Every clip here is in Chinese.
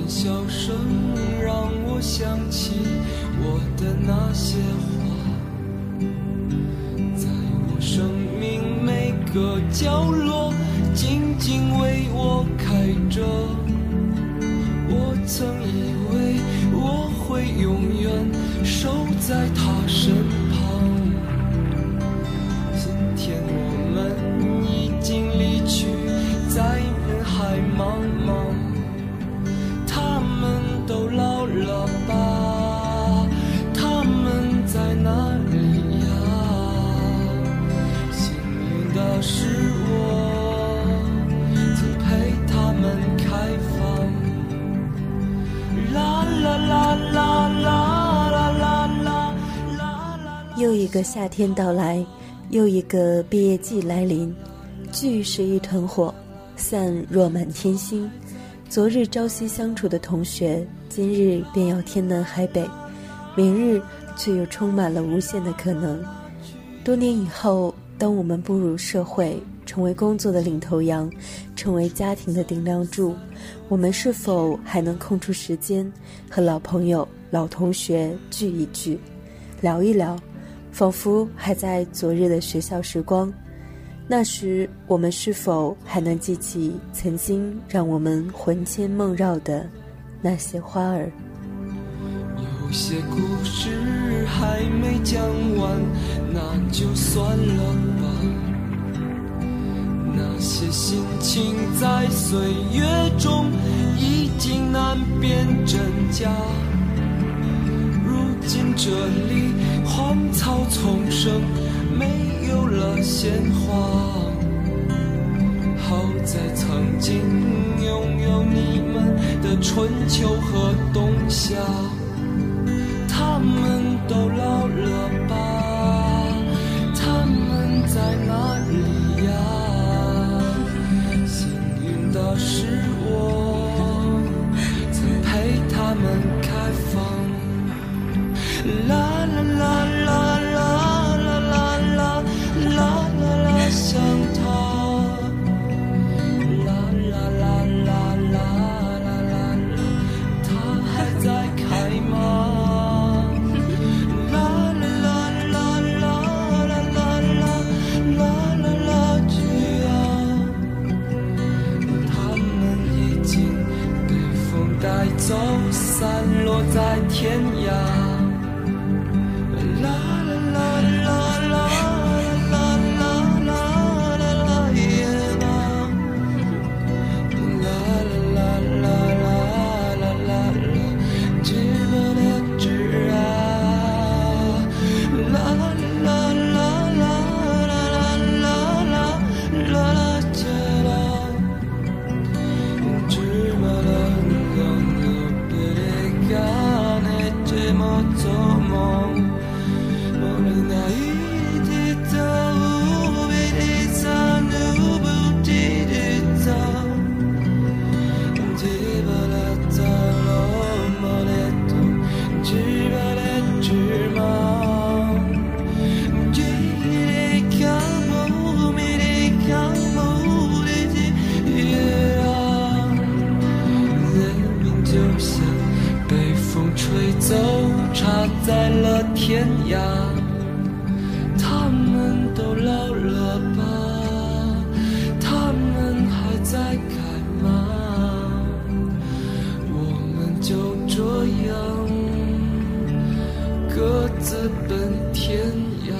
笑声让我想起我的那些话，在我生命每个角落静静为我开着。我曾以为我会永远守在他身旁，今天我们已经离去，在人海茫茫。他们都老了吧？他们在哪里呀？幸运的是我曾陪他们开放。啦啦啦啦啦啦啦啦啦。 又一个夏天到来，又一个毕业季来临。聚是一团火，散若满天星。昨日朝夕相处的同学，今日便要天南海北，明日却又充满了无限的可能。多年以后，当我们步入社会，成为工作的领头羊，成为家庭的顶梁柱，我们是否还能空出时间和老朋友、老同学聚一聚，聊一聊，仿佛还在昨日的学校时光？那时我们是否还能记起曾经让我们魂牵梦绕的那些花儿？ 有些故事还没讲完，那就算了吧。那些心情在岁月中已经难辨真假，如今这里荒草丛生，没有了鲜花。好在曾经拥有你们的春秋和冬夏，他们都老了吧？他们在哪里呀？幸运的是我曾陪他们开放。啦啦啦啦啦啦啦啦啦啦啦，想他。啦啦啦啦啦啦啦啦，他还在开吗？啦啦啦啦啦啦啦啦啦啦去啊！他们已经被风带走，散落在天涯。在了天涯，他们都老了吧？他们还在开吗？我们就这样各自奔天涯。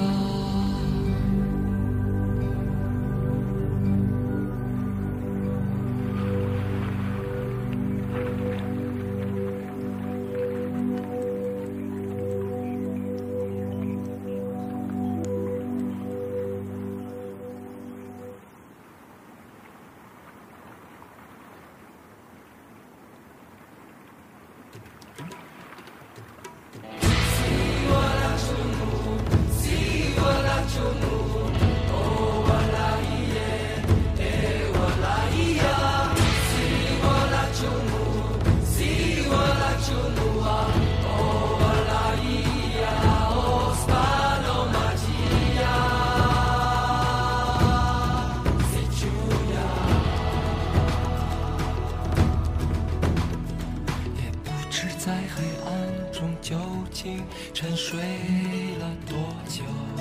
究竟沉睡了多久，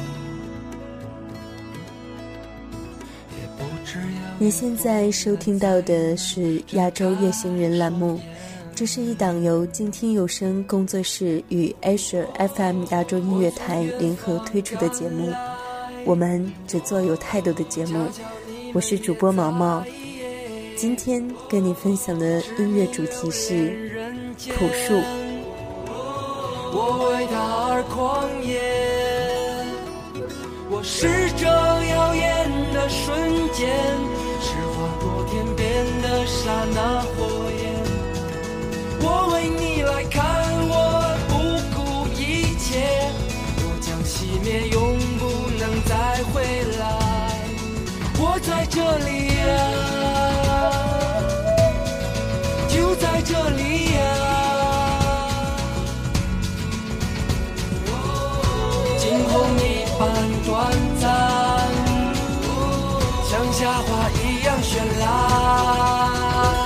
也不知要。 你现在收听到的是亚洲乐行人栏目，这是一档由静听有声工作室与 Asher FM 亚洲音乐台联合推出的节目，我们只做有态度的节目。我是主播毛毛，今天跟你分享的音乐主题是朴树。 我为他而狂野，我是这耀眼的瞬间，是划过天边的刹那火焰。我为你来看，我不顾一切，我将熄灭，永不能再回来。我在这里啊，就在这里啊，惊鸿一般短暂，像夏花一样绚烂。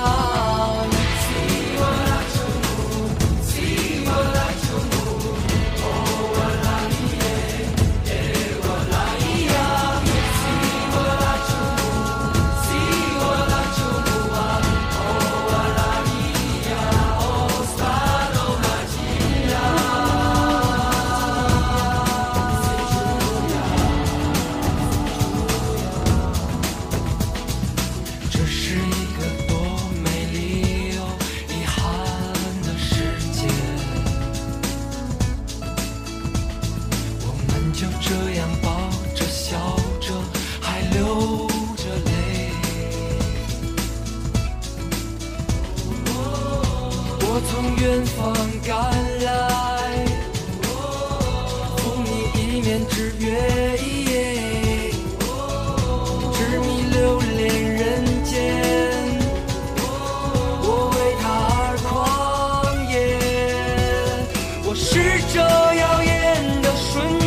我从远方赶来，赴你一面之约，执迷流连人间。我为他而狂野，我是这耀眼的瞬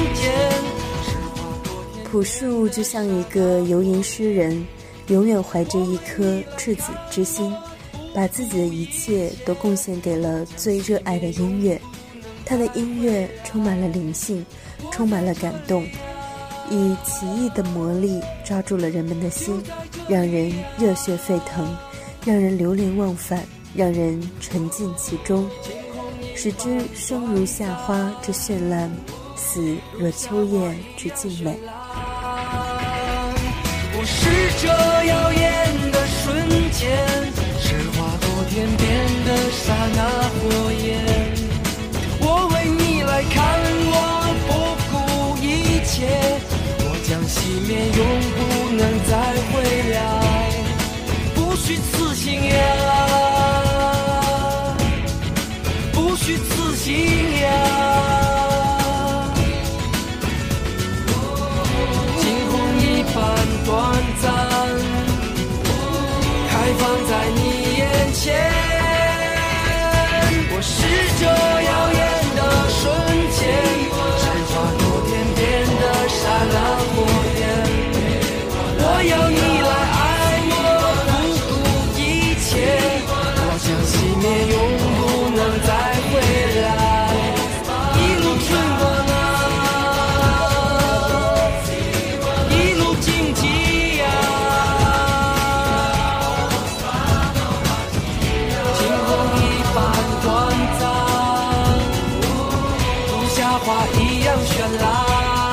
间。 朴树就像一个游吟诗人，永远怀着一颗赤子之心，把自己的一切都贡献给了最热爱的音乐。他的音乐充满了灵性，充满了感动，以奇异的魔力抓住了人们的心，让人热血沸腾，让人流连忘返，让人沉浸其中，使之生如夏花之绚烂，死若秋叶之静美。 我是这耀眼的瞬间，是划过天边的刹那火焰。我为你来看，我不顾一切，我将熄灭，永不能再回来。不虚此行呀，不虚此行呀，惊鸿一般短暂，开放在你眼前。我是这耀眼的瞬间，是划过天边的刹那火焰。我要你来爱我，不顾一切，我将熄灭，永不能再回来。一路春光啊，一路荆棘呀，惊鸿一般短暂，如夏花一样绚烂。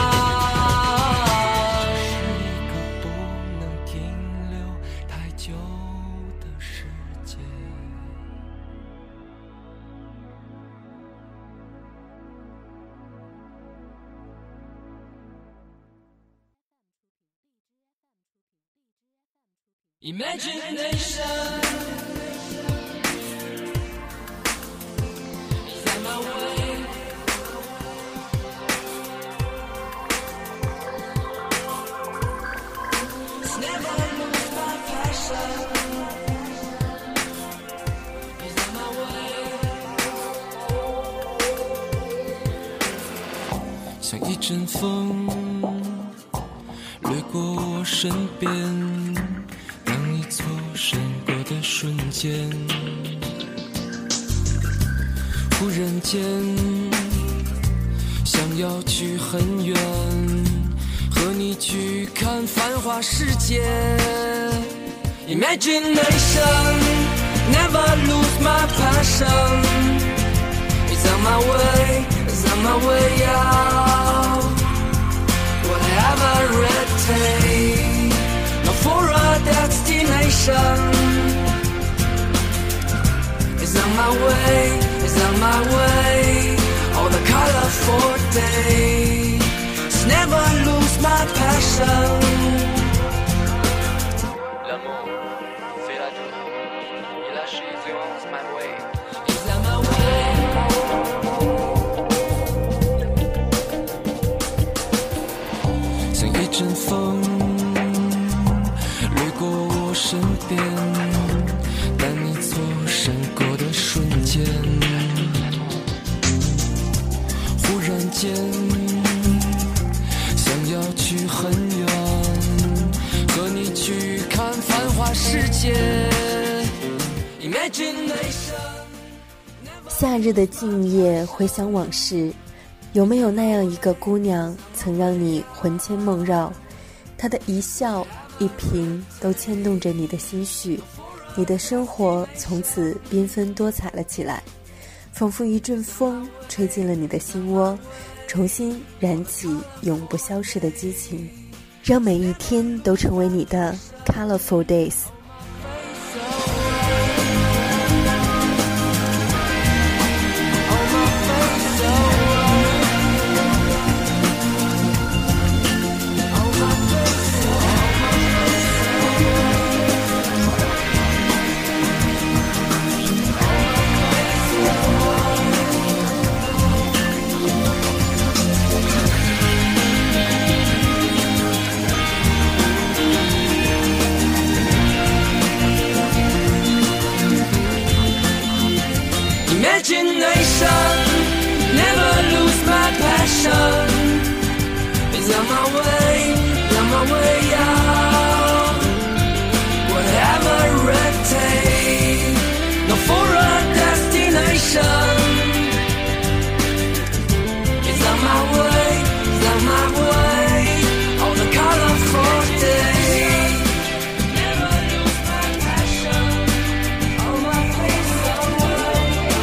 是一个不能停留太久的世界。Imagination is on my way. It's never lose my passion. Is on my way. 像一阵风掠过我身边，当你错身过的瞬间，忽然间要去很远，和你去看繁华世界。Imagination, never lose my passion. It's on my way, it's on my way out. Whatever it takes, not for a destination. It's on my way, it's on my way. All the colorful days, never lose my passion. 夏日的静夜，回想往事，有没有那样一个姑娘，曾让你魂牵梦绕？她的一笑一颦都牵动着你的心绪，你的生活从此缤纷多彩了起来，仿佛一阵风吹进了你的心窝，重新燃起永不消逝的激情，让每一天都成为你的 colorful days。 Imagination, never lose my passion. It's on my way, on my way out. Whatever it takes, not for a destination. It's on my way, it's on my way. All the colorful days, never lose my passion. All my face away.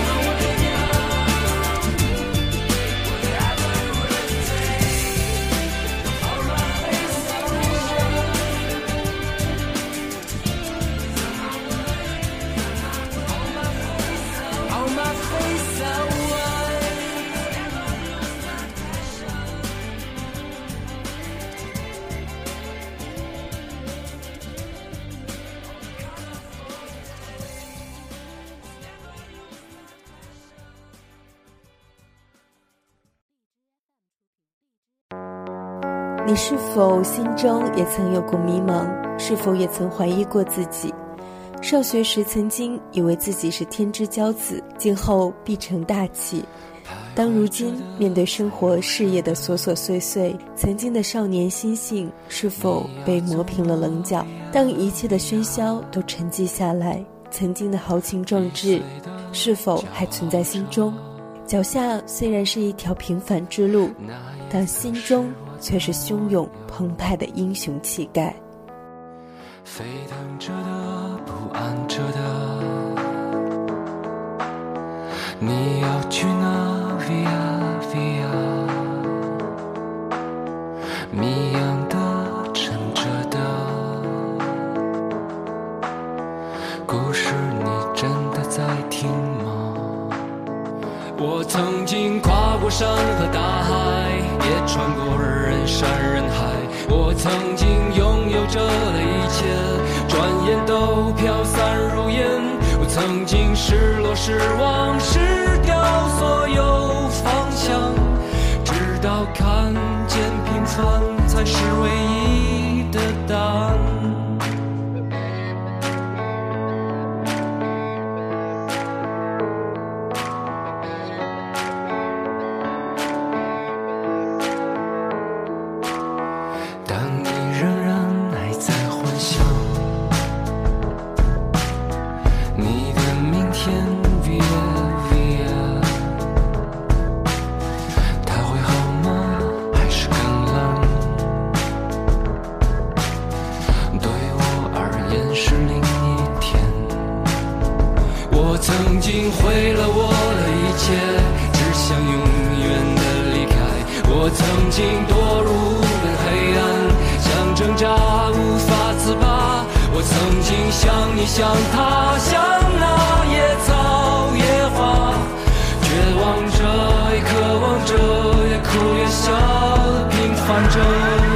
你是否心中也曾有过迷茫？是否也曾怀疑过自己？上学时曾经以为自己是天之骄子，今后必成大器。当如今面对生活事业的琐琐碎碎，曾经的少年心性是否被磨平了棱角？当一切的喧嚣都沉寂下来，曾经的豪情壮志是否还存在心中？脚下虽然是一条平凡之路，但心中却是汹涌澎湃的英雄气概。 沸腾着的，不安着的，你要去哪 ？Via Via， 谜样的，沉着的，故事你真的在听吗？我曾经跨过山和大海，也穿过人山人海。我曾经拥有着的一切，转眼都飘散如烟。我曾经失落失望失掉所有方向，直到看见平凡才是唯一的答案。它会好吗？ 我曾经毁了我的一切，只想永远的离开。我曾经堕入无边黑暗，想挣扎无法自拔。我曾经像你像他，像那野草野花，绝望着也渴望着，也哭也笑地平凡着。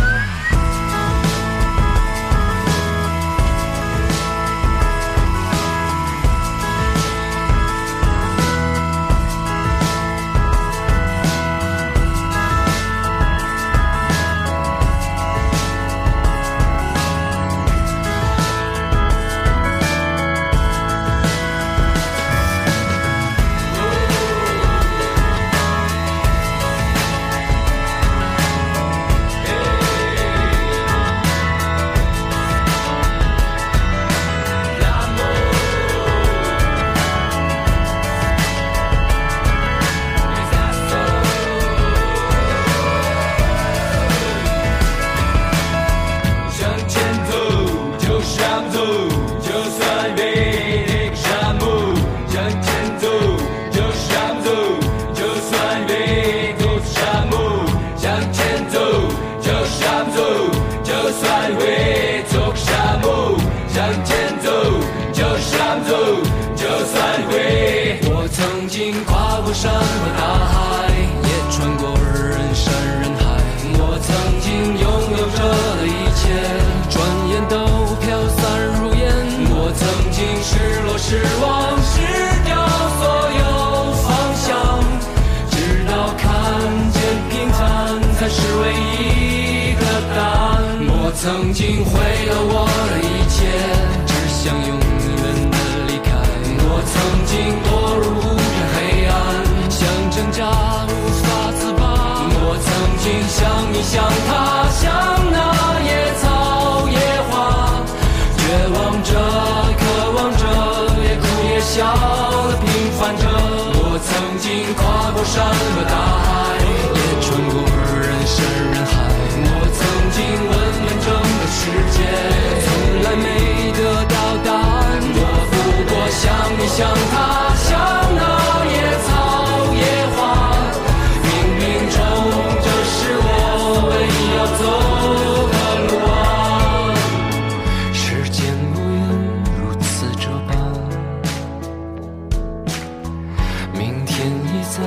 我曾经跨过山和大海，也穿过人山人海。我曾经拥有着的一切，转眼都飘散如烟。我曾经失落失望失掉所有方向，直到看见平凡才是唯一的答案。我曾经毁了我的一切，只想永远的离开。我曾经堕入无边黑暗，想挣扎无法自拔。我曾经像你像他，像那野草野花，绝望着渴望着，也哭也笑地平凡着。我曾经跨过山和大海，也穿过人山人海。我曾经问完整个世界，从来没得到答案。我不过像你像他，像那野草野花，冥冥中这是我唯一要走的路啊。时间无言如此这般，明天已在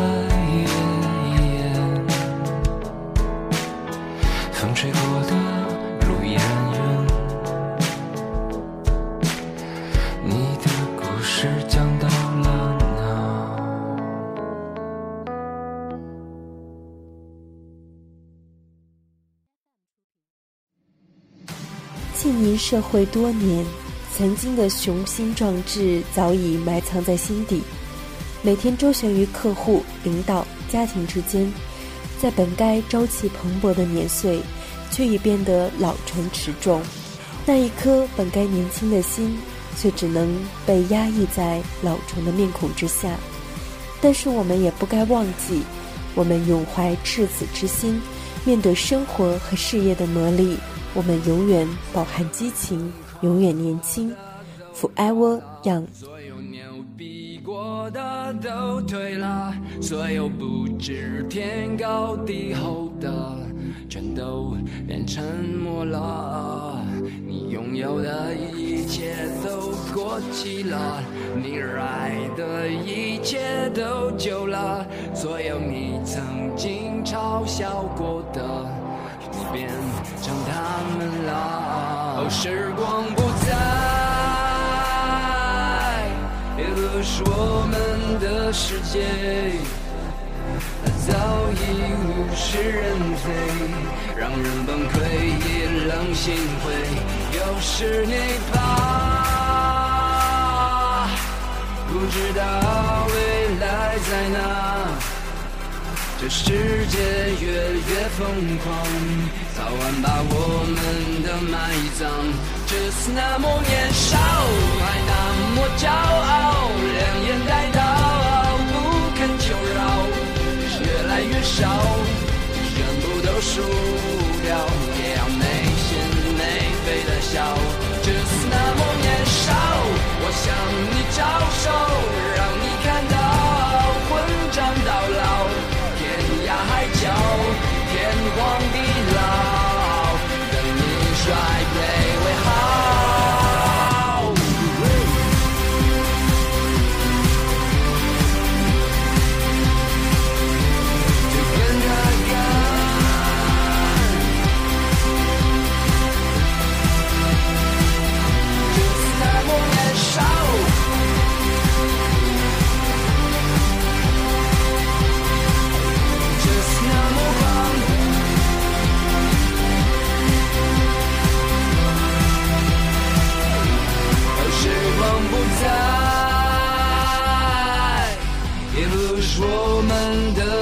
风吹过的路依然远，你的故事讲到了哪？ 浸淫社会多年，曾经的雄心壮志早已埋藏在心底，每天周旋于客户、领导、家庭之间，在本该朝气蓬勃的年岁，却已变得老成持重。那一颗本该年轻的心，却只能被压抑在老成的面孔之下。但是我们也不该忘记，我们永怀赤子之心，面对生活和事业的磨砺，我们永远饱含激情，永远年轻。Forever Young。 所有牛逼过的都退了，所有不知天高地厚的全都变沉默了。你拥有的一切都过期了，你热爱的一切都旧了，所有你曾经嘲笑过的，你变成他们了。时光不再，也不是我们的世界，早已物是人非，让人崩溃也冷心灰。有时你怕不知道未来在哪，这世界越越疯狂，早晚把我们的埋葬。只是那么年少，还那么骄傲，两眼带刀，不肯求饶，越来越少，全部都输掉，也要没心没肺的笑。只是那么年少，我向你招手。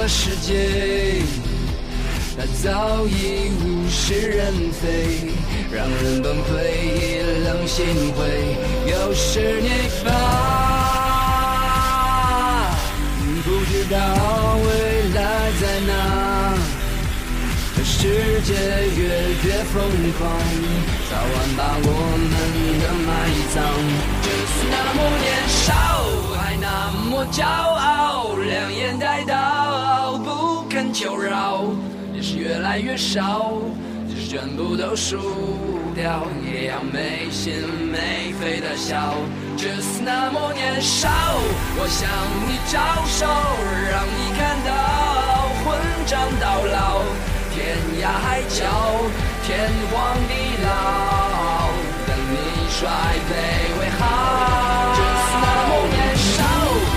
个世界，它早已物是人非，让人崩溃，意冷心灰。有时你不知道未来在哪，这世界越疯狂，早晚把我们的埋葬。就是那么年少，还那么骄傲，两眼带刀，不肯求饶，也是越来越少，就是全部都输掉，也要没心没肺的笑。就是那么年少，我向你招手，让你看到混账到老，天涯海角，天荒地老，等你衰卑为好。就是那么年少，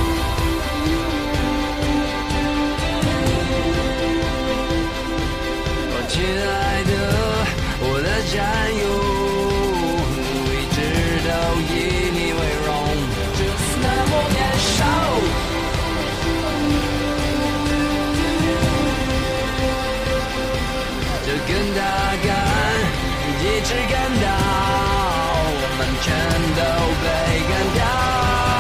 我亲爱的，我的战友，一直都以你为荣。就是那么年少，这根大杆一直干到我们全都被干掉。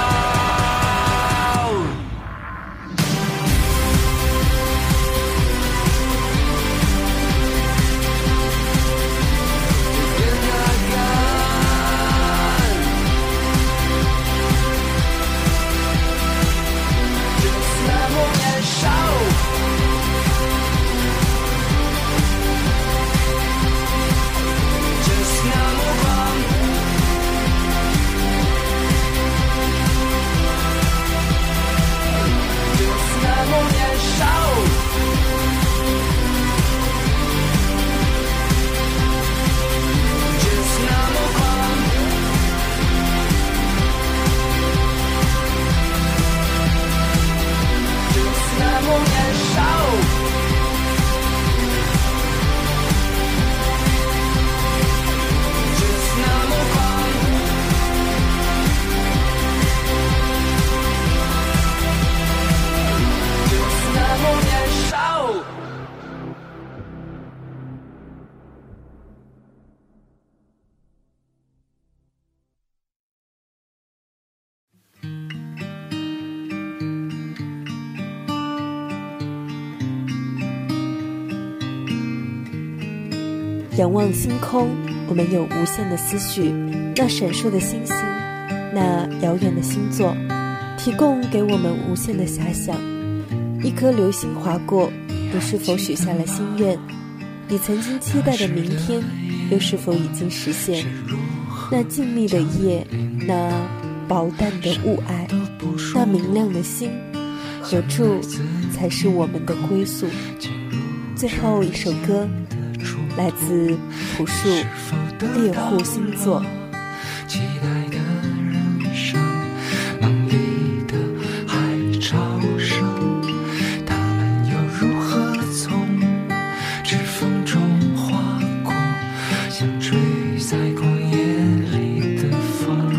仰望星空，我们有无限的思绪，那闪烁的星星，那遥远的星座，提供给我们无限的遐想。一颗流星划过，你是否许下了心愿？你曾经期待的明天，又是否已经实现？那静谧的夜，那薄淡的雾霭，那明亮的星，何处才是我们的归宿？最后一首歌来自朴树，猎户星座。 期待的人生，梦里的海潮声，他们又如何从指缝中划过，像吹在旷野里的风，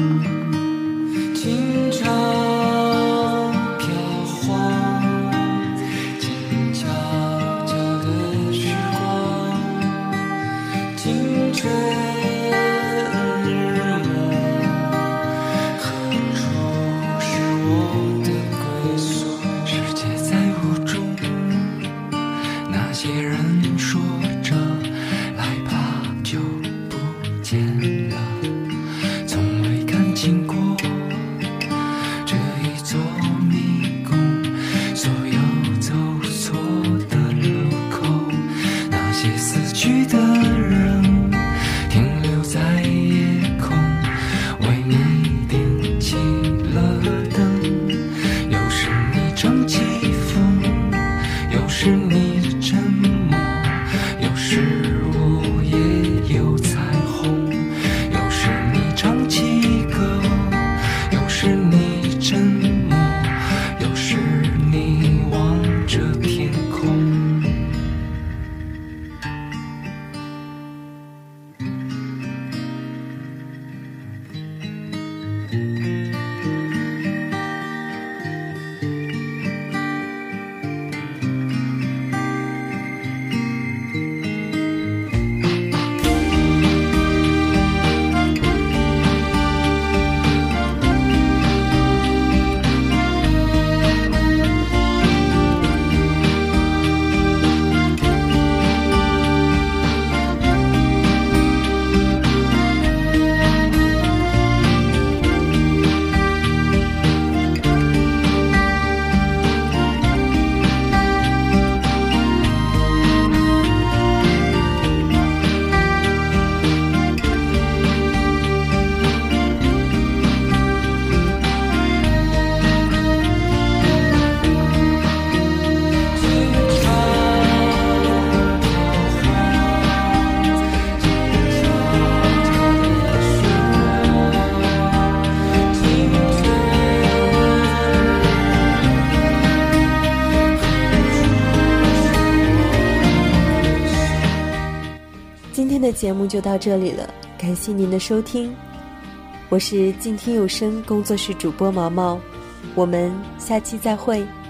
轻唱飘晃，静悄悄的时光，青春的节目就到这里了，感谢您的收听，我是静听有声工作室主播毛毛，我们下期再会。